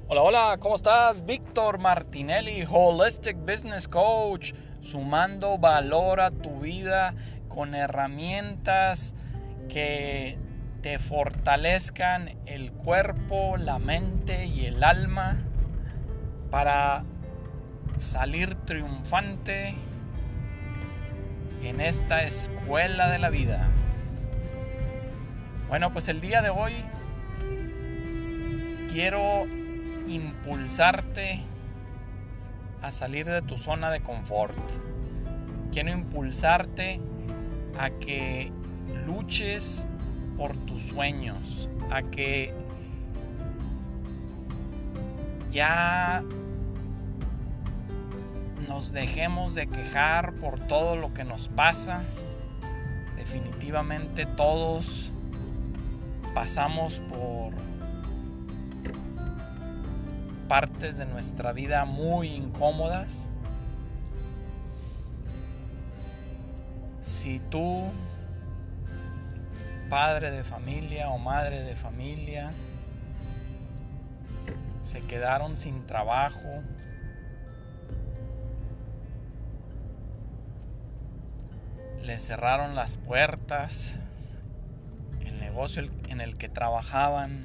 Hola, hola, ¿cómo estás? Víctor Martinelli, Holistic Business Coach, sumando valor a tu vida con herramientas que te fortalezcan el cuerpo, la mente y el alma para salir triunfante en esta escuela de la vida. Bueno, pues el día de hoy quiero impulsarte a salir de tu zona de confort. Quiero impulsarte a que luches por tus sueños, a que ya nos dejemos de quejar por todo lo que nos pasa. Definitivamente todos pasamos por partes de nuestra vida muy incómodas. Si tú, padre de familia o madre de familia, se quedaron sin trabajo, les cerraron las puertas, el negocio en el que trabajaban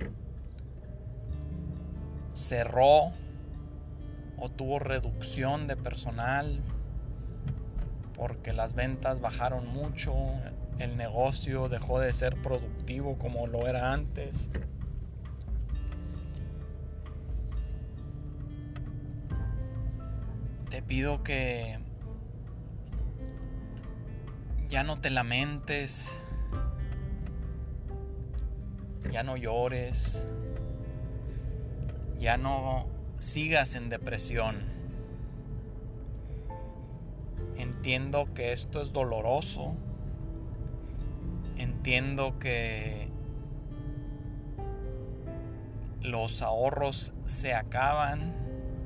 cerró o tuvo reducción de personal porque las ventas bajaron mucho, el negocio dejó de ser productivo como lo era antes. Te pido que ya no te lamentes, ya no llores, ya no sigas en depresión. Entiendo que esto es doloroso. Entiendo que los ahorros se acaban.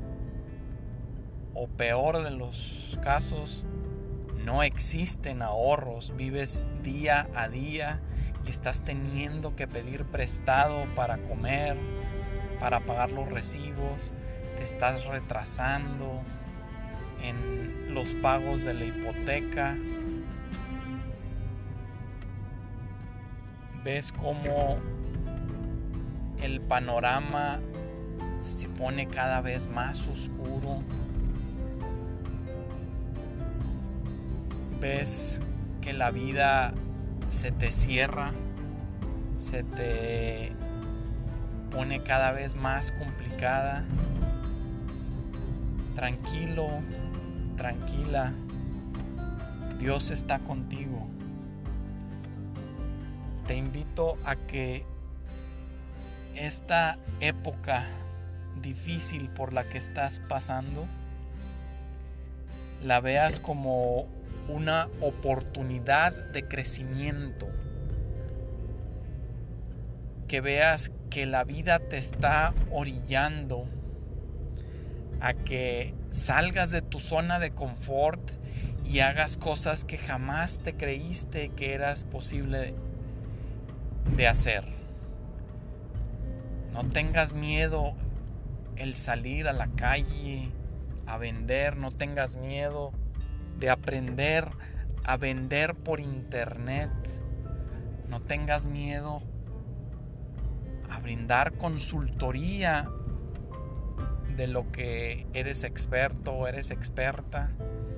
O peor de los casos, no existen ahorros. Vives día a día y estás teniendo que pedir prestado para comer, para pagar los recibos, te estás retrasando en los pagos de la hipoteca. Ves cómo el panorama se pone cada vez más oscuro. Ves que la vida se te cierra, se te pone cada vez más complicada. Tranquilo, tranquila, Dios está contigo. Te invito a que esta época difícil por la que estás pasando la veas como una oportunidad de crecimiento. Que veas que la vida te está orillando a que salgas de tu zona de confort y hagas cosas que jamás te creíste que eras posible de hacer. No tengas miedo el salir a la calle a vender, no tengas miedo de aprender a vender por internet, no tengas miedo a brindar consultoría de lo que eres experto o eres experta.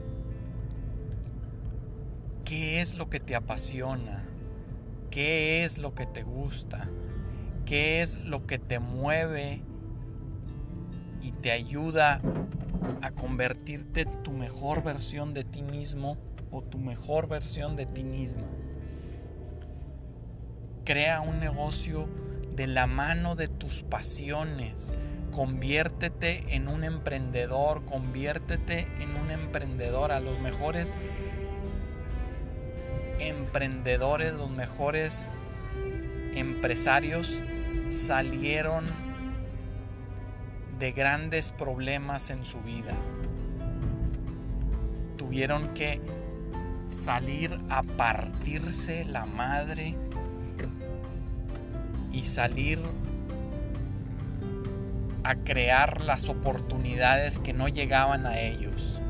¿Qué es lo que te apasiona? ¿Qué es lo que te gusta? ¿Qué es lo que te mueve y te ayuda a convertirte en tu mejor versión de ti mismo o tu mejor versión de ti misma? Crea un negocio de la mano de tus pasiones. Conviértete en un emprendedor, conviértete en una emprendedora. Los mejores emprendedores, los mejores empresarios salieron de grandes problemas en su vida. Tuvieron que salir a partirse la madre y salir a crear las oportunidades que no llegaban a ellos.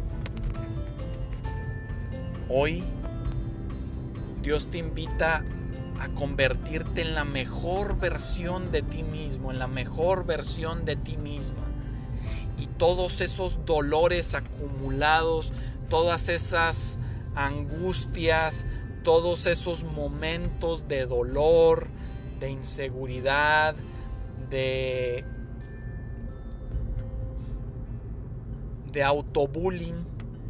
Hoy Dios te invita a convertirte en la mejor versión de ti mismo, en la mejor versión de ti misma. Y todos esos dolores acumulados, todas esas angustias, todos esos momentos de dolor, de inseguridad, de autobullying,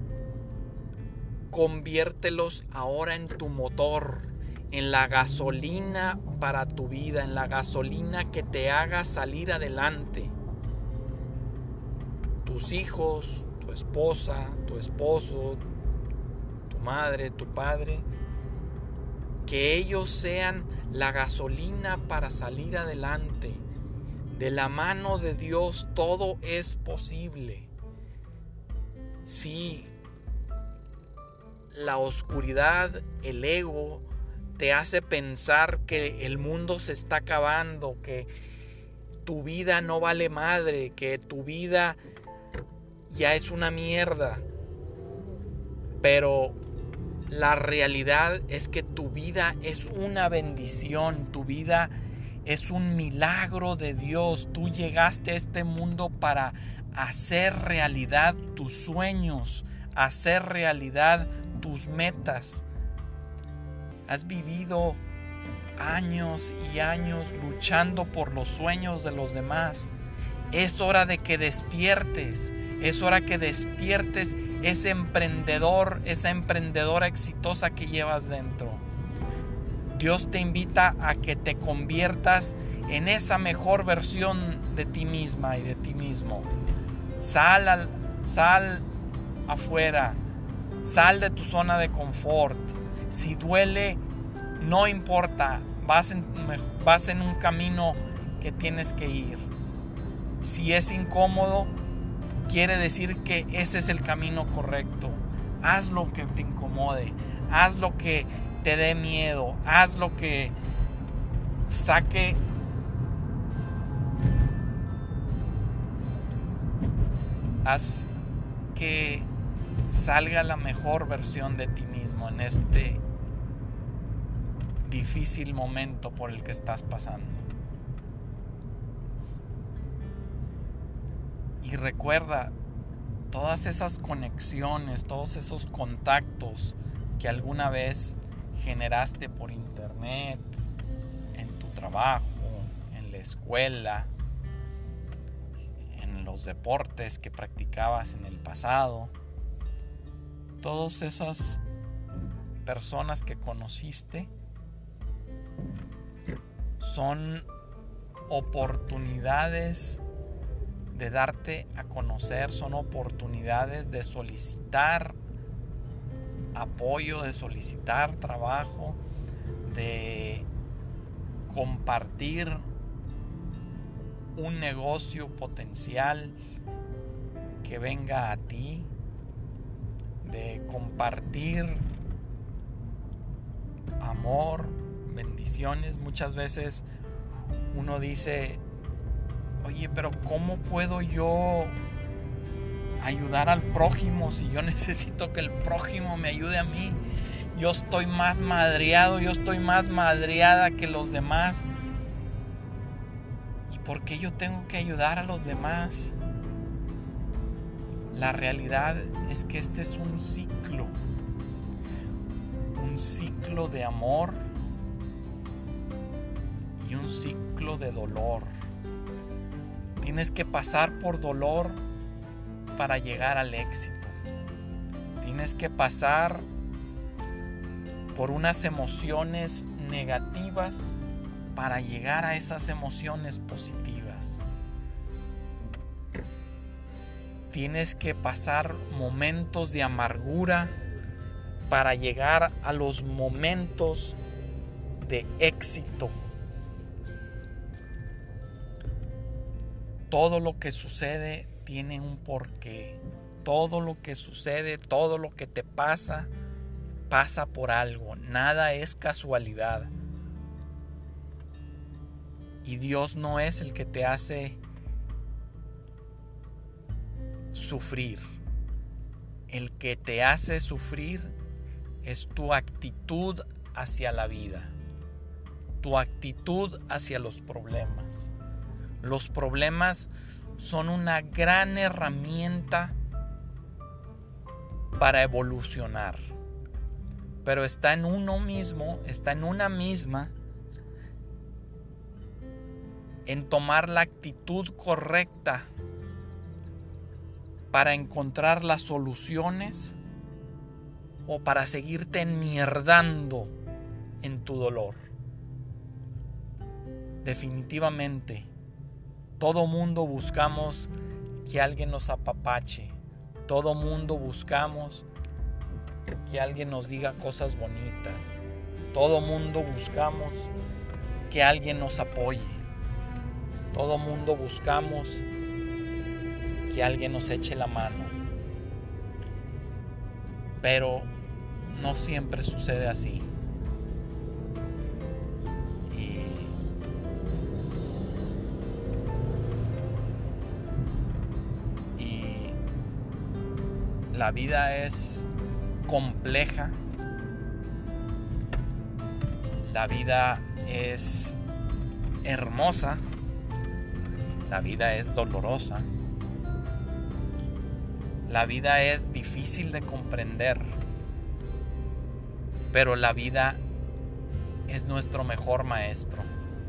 conviértelos ahora en tu motor, en la gasolina para tu vida, en la gasolina que te haga salir adelante. Tus hijos, tu esposa, tu esposo, tu madre, tu padre, que ellos sean la gasolina para salir adelante. De la mano de Dios todo es posible. Sí, la oscuridad, el ego, te hace pensar que el mundo se está acabando, que tu vida no vale madre, que tu vida ya es una mierda. Pero la realidad es que tu vida es una bendición, tu vida es un milagro de Dios. Tú llegaste a este mundo para hacer realidad tus sueños, hacer realidad tus metas. Has vivido años y años luchando por los sueños de los demás. Es hora de que despiertes. Es hora que despiertes ese emprendedor, esa emprendedora exitosa que llevas dentro. Dios te invita a que te conviertas en esa mejor versión de ti misma y de ti mismo. Sal afuera. Sal de tu zona de confort. Si duele, no importa. Vas en un camino que tienes que ir. Si es incómodo, quiere decir que ese es el camino correcto. Haz lo que te incomode. Haz lo que te dé miedo. Haz lo que saque haz que salga la mejor versión de ti mismo en este difícil momento por el que estás pasando. Y recuerda todas esas conexiones, todos esos contactos que alguna vez generaste por internet, en tu trabajo, en la escuela, en los deportes que practicabas en el pasado. Todas esas personas que conociste son oportunidades de darte a conocer, son oportunidades de solicitar apoyo, de solicitar trabajo, de compartir un negocio potencial que venga a ti, de compartir amor, bendiciones. Muchas veces uno dice: oye, pero ¿cómo puedo yo ayudar al prójimo si yo necesito que el prójimo me ayude a mí? Yo estoy más madreado, yo estoy más madreada que los demás. ¿Y por qué yo tengo que ayudar a los demás? La realidad es que este es un ciclo de amor y un ciclo de dolor. Tienes que pasar por dolor para llegar al éxito. Tienes que pasar por unas emociones negativas para llegar a esas emociones positivas. Tienes que pasar momentos de amargura para llegar a los momentos de éxito. Todo lo que sucede tiene un porqué. Todo lo que sucede, todo lo que te pasa, pasa por algo. Nada es casualidad. Y Dios no es el que te hace sufrir. El que te hace sufrir es tu actitud hacia la vida, tu actitud hacia los problemas. Los problemas son una gran herramienta para evolucionar, pero está en uno mismo, está en una misma, en tomar la actitud correcta para encontrar las soluciones o para seguirte enmierdando en tu dolor. Definitivamente, todo mundo buscamos que alguien nos apapache. Todo mundo buscamos que alguien nos diga cosas bonitas. Todo mundo buscamos que alguien nos apoye. Todo mundo buscamos que alguien nos eche la mano. Pero no siempre sucede así. Y la vida es compleja. La vida es hermosa. La vida es dolorosa. La vida es difícil de comprender. Pero la vida es nuestro mejor maestro.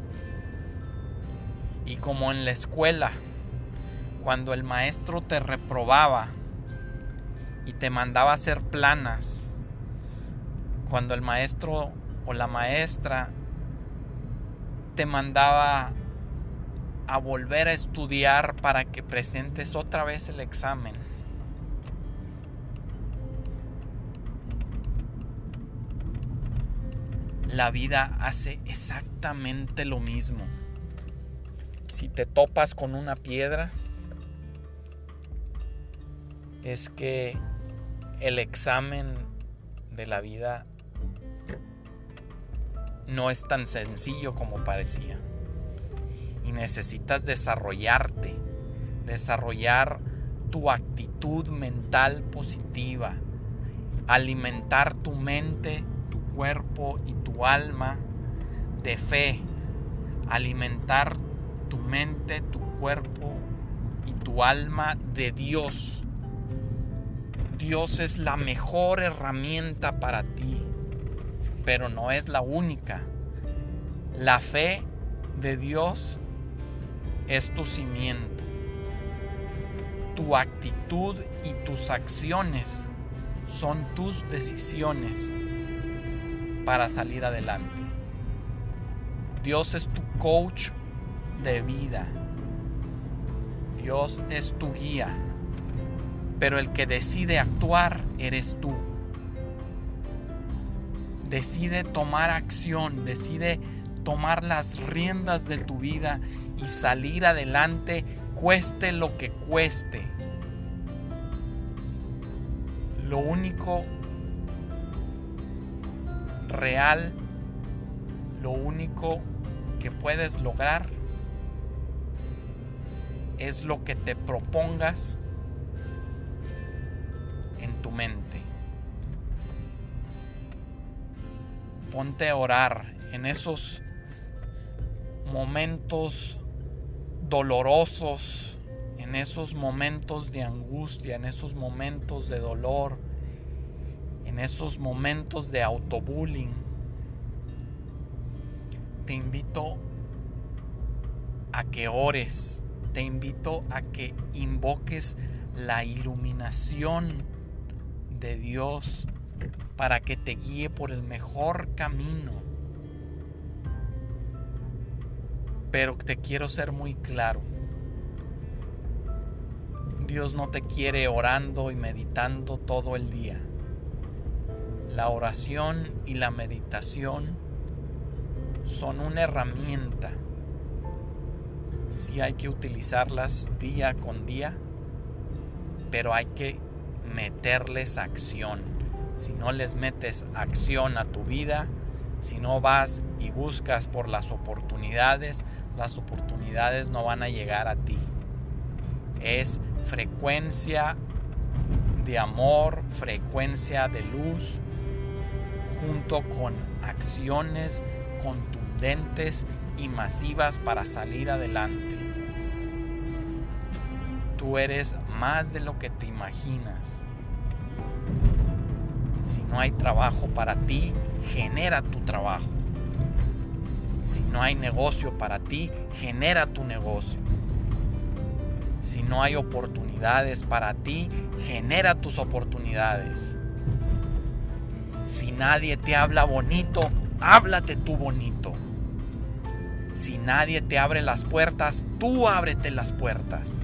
Y como en la escuela, cuando el maestro te reprobaba y te mandaba a hacer planas, cuando el maestro o la maestra te mandaba a volver a estudiar para que presentes otra vez el examen, la vida hace exactamente lo mismo. Si te topas con una piedra, es que el examen de la vida no es tan sencillo como parecía. Y necesitas desarrollarte, desarrollar tu actitud mental positiva, alimentar tu mente, tu cuerpo y tu alma de fe, alimentar tu mente, tu cuerpo y tu alma de Dios. Dios es la mejor herramienta para ti, pero no es la única. La fe de Dios es tu cimiento. Tu actitud y tus acciones son tus decisiones para salir adelante. Dios es tu coach de vida. Dios es tu guía. Pero el que decide actuar eres tú. Decide tomar acción, decide tomar las riendas de tu vida y salir adelante, cueste lo que cueste. Lo único real, lo único que puedes lograr es lo que te propongas en tu mente. Ponte a orar en esos momentos dolorosos, en esos momentos de angustia, en esos momentos de dolor, en esos momentos de autobullying. Te invito a que ores, te invito a que invoques la iluminación de Dios para que te guíe por el mejor camino. Pero te quiero ser muy claro. Dios no te quiere orando y meditando todo el día. La oración y la meditación son una herramienta. Sí hay que utilizarlas día con día, pero hay que meterles acción. Si no les metes acción a tu vida, si no vas y buscas por las oportunidades no van a llegar a ti. Es frecuencia de amor, frecuencia de luz, junto con acciones contundentes y masivas para salir adelante. Tú eres más de lo que te imaginas. Si no hay trabajo para ti, genera tu trabajo. Si no hay negocio para ti, genera tu negocio. Si no hay oportunidades para ti, genera tus oportunidades. Si nadie te habla bonito, háblate tú bonito. Si nadie te abre las puertas, tú ábrete las puertas.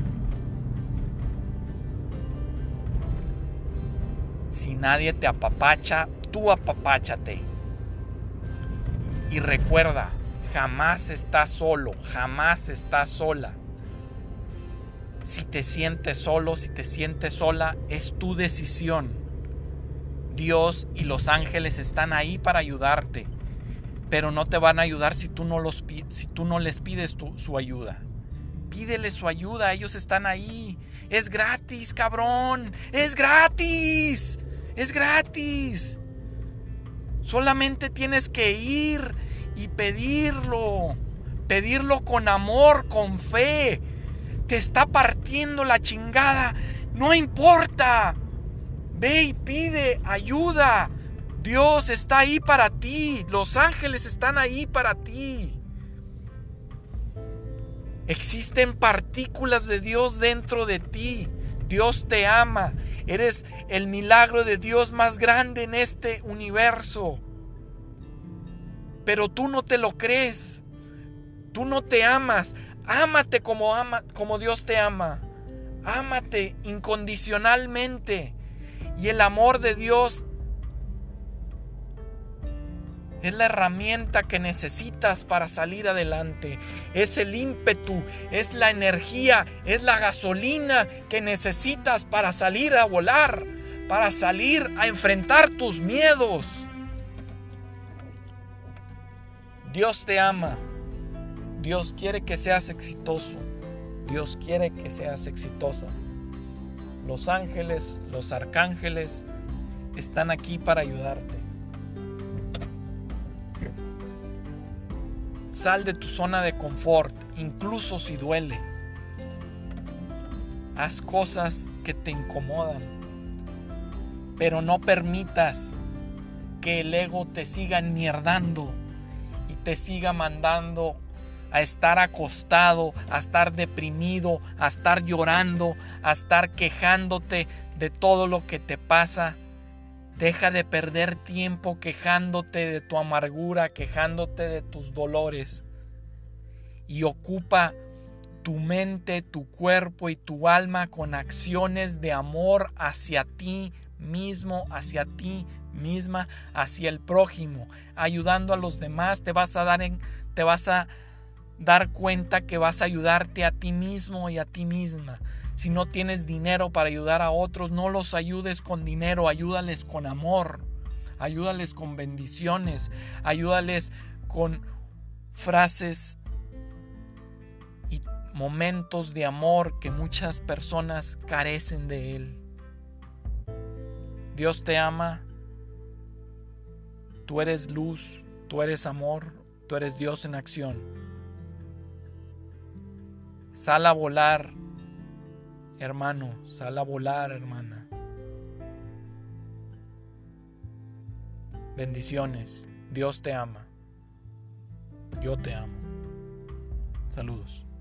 Si nadie te apapacha, tú apapáchate. Y recuerda, jamás estás solo, jamás estás sola. Si te sientes solo, si te sientes sola, es tu decisión. Dios y los ángeles están ahí para ayudarte, pero no te van a ayudar si tú no les pides su ayuda. Pídele su ayuda, ellos están ahí. Es gratis, cabrón, es gratis, es gratis. Solamente tienes que ir y pedirlo con amor, con fe. Te está partiendo la chingada, no importa. Ve y pide ayuda. Dios está ahí para ti. Los ángeles están ahí para ti. Existen partículas de Dios dentro de ti. Dios te ama. Eres el milagro de Dios más grande en este universo. Pero tú no te lo crees. Tú no te amas. Ámate como Dios te ama. Ámate incondicionalmente. Y el amor de Dios es la herramienta que necesitas para salir adelante. Es el ímpetu, es la energía, es la gasolina que necesitas para salir a volar, para salir a enfrentar tus miedos. Dios te ama. Dios quiere que seas exitoso. Dios quiere que seas exitosa. Los ángeles, los arcángeles están aquí para ayudarte. Sal de tu zona de confort, incluso si duele. Haz cosas que te incomodan, pero no permitas que el ego te siga enmierdando y te siga mandando a estar acostado, a estar deprimido, a estar llorando, a estar quejándote de todo lo que te pasa. Deja de perder tiempo quejándote de tu amargura, quejándote de tus dolores, y ocupa tu mente, tu cuerpo y tu alma con acciones de amor hacia ti mismo, hacia ti misma, hacia el prójimo, ayudando a los demás. Te vas a dar cuenta que vas a ayudarte a ti mismo y a ti misma. Si no tienes dinero para ayudar a otros, no los ayudes con dinero, ayúdales con amor, ayúdales con bendiciones, ayúdales con frases y momentos de amor que muchas personas carecen de él. Dios te ama, tú eres luz, tú eres amor, tú eres Dios en acción. Sal a volar, hermano, sal a volar, hermana. Bendiciones. Dios te ama. Yo te amo. Saludos.